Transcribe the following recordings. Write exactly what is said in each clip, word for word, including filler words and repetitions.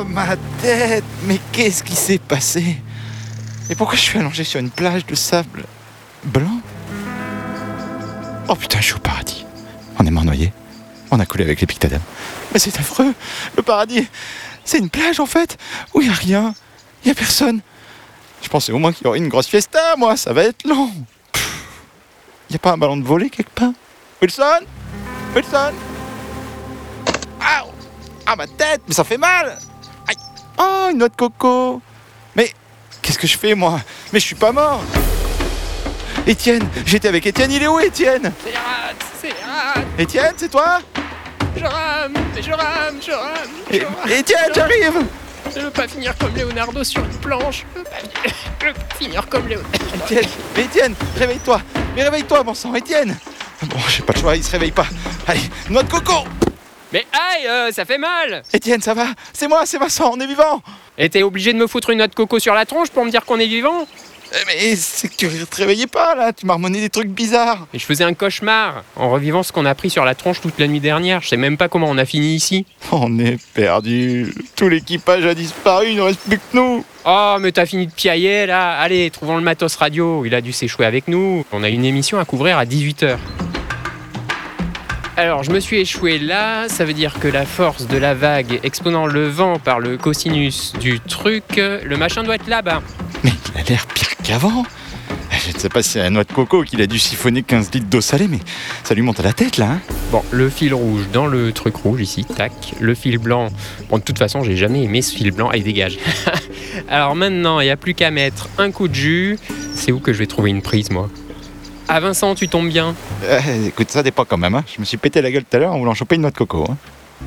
Oh, ma tête! Mais qu'est-ce qui s'est passé? Et pourquoi je suis allongé sur une plage de sable blanc? Oh putain, je suis au paradis. On est mort noyé. On a coulé avec les pictadams. Mais c'est affreux. Le paradis, c'est une plage en fait, où il n'y a rien. Il n'y a personne. Je pensais au moins qu'il y aurait une grosse fiesta, moi. Ça va être long. Il n'y a pas un ballon de volley quelque part? Wilson? Wilson? Ah, ah, ma tête! Mais ça fait mal! Aïe. Oh, une noix de coco! Mais qu'est-ce que je fais, moi? Mais je suis pas mort! Étienne! J'étais avec Étienne, il est où, Étienne? C'est rate, c'est rate. Étienne, c'est toi? Je rame, je rame, je rame, je É- rame. Étienne, j'arrive! Je veux pas finir comme Leonardo sur une planche. Je veux pas, je veux pas finir comme Leonardo. Étienne! Mais Étienne, réveille-toi! Mais réveille-toi, bon sang, Étienne! Bon, j'ai pas le choix, il se réveille pas. Allez, noix de coco! Mais aïe, euh, ça fait mal. Étienne, ça va? C'est moi, c'est Vincent, on est vivant! Et t'es obligé de me foutre une noix de coco sur la tronche pour me dire qu'on est vivant? Mais c'est que tu te réveillais pas, là, tu marmonnais des trucs bizarres. Et je faisais un cauchemar en revivant ce qu'on a pris sur la tronche toute la nuit dernière. Je sais même pas comment on a fini ici. On est perdu. Tout l'équipage a disparu, il ne reste plus que nous. Oh, mais t'as fini de piailler là. Allez, trouvons le matos radio. Il a dû s'échouer avec nous. On a une émission à couvrir à dix-huit heures. Alors, je me suis échoué là, ça veut dire que la force de la vague exponent le vent par le cosinus du truc, le machin doit être là-bas. Mais il a l'air pire qu'avant. Je ne sais pas si c'est la noix de coco qu'il a dû siphonner quinze litres d'eau salée, mais ça lui monte à la tête là. Hein. Bon, le fil rouge dans le truc rouge ici, tac. Le fil blanc, bon de toute façon j'ai jamais aimé ce fil blanc, allez dégage. Alors maintenant, il n'y a plus qu'à mettre un coup de jus. C'est où que je vais trouver une prise moi? Ah Vincent, tu tombes bien. Euh, écoute, ça dépend quand même. Hein. Je me suis pété la gueule tout à l'heure en voulant choper une noix de coco. Hein.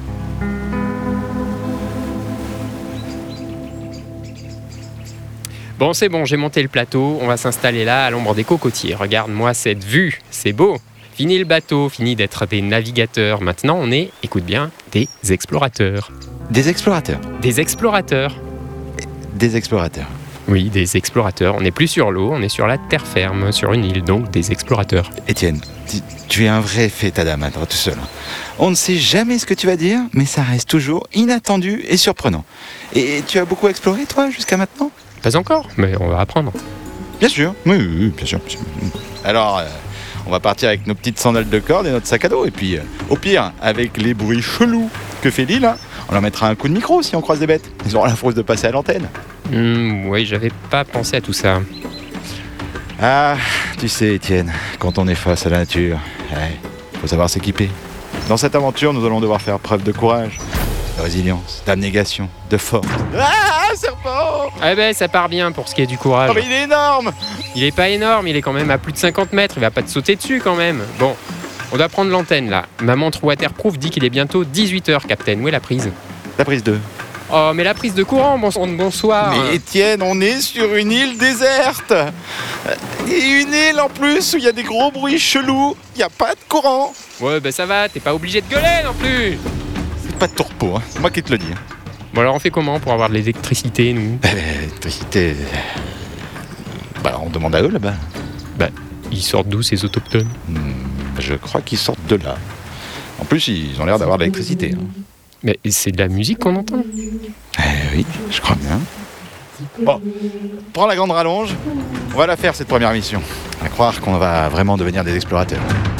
Bon, c'est bon, j'ai monté le plateau, on va s'installer là à l'ombre des cocotiers. Regarde-moi cette vue, c'est beau. Fini le bateau, fini d'être des navigateurs. Maintenant, on est, écoute bien, des explorateurs. Des explorateurs. Des explorateurs. Des explorateurs. Oui, des explorateurs. On n'est plus sur l'eau, on est sur la terre ferme, sur une île, donc des explorateurs. Étienne, tu, tu es un vrai fétadam à toi tout seul. On ne sait jamais ce que tu vas dire, mais ça reste toujours inattendu et surprenant. Et tu as beaucoup exploré, toi, jusqu'à maintenant? Pas encore, mais on va apprendre. Bien sûr, oui, oui, oui, bien sûr. Bien sûr. Alors, euh, on va partir avec nos petites sandales de corde et notre sac à dos. Et puis, euh, au pire, avec les bruits chelous que fait l'île, hein, on leur mettra un coup de micro si on croise des bêtes. Ils auront la frousse de passer à l'antenne. Mmh, oui, j'avais pas pensé à tout ça. Ah, tu sais, Étienne, quand on est face à la nature, ouais, faut savoir s'équiper. Dans cette aventure, nous allons devoir faire preuve de courage, de résilience, d'abnégation, de force. Ah, un serpent! Ah ben, ça part bien pour ce qui est du courage. Oh, mais il est énorme! Il est pas énorme, il est quand même à plus de cinquante mètres, il va pas te sauter dessus quand même. Bon, on doit prendre l'antenne là. Ma montre waterproof dit qu'il est bientôt dix-huit heures, Captain. Où est la prise? La prise deux. Oh, mais la prise de courant, bon, bonsoir. Mais Étienne, on est sur une île déserte. Et une île en plus où il y a des gros bruits chelous. Il n'y a pas de courant. Ouais, ben ça va, t'es pas obligé de gueuler non plus. C'est pas de tourpeau, hein. C'est moi qui te le dis. Bon, alors on fait comment pour avoir de l'électricité, nous? Euh, L'électricité. Bah, on demande à eux là-bas. Bah, ils sortent d'où ces autochtones? Hmm, je crois qu'ils sortent de là. En plus, ils ont l'air d'avoir de l'électricité. Hein. Mais c'est de la musique qu'on entend? Eh oui, je crois bien. Bon, prends la grande rallonge. On va la faire cette première mission. À croire qu'on va vraiment devenir des explorateurs.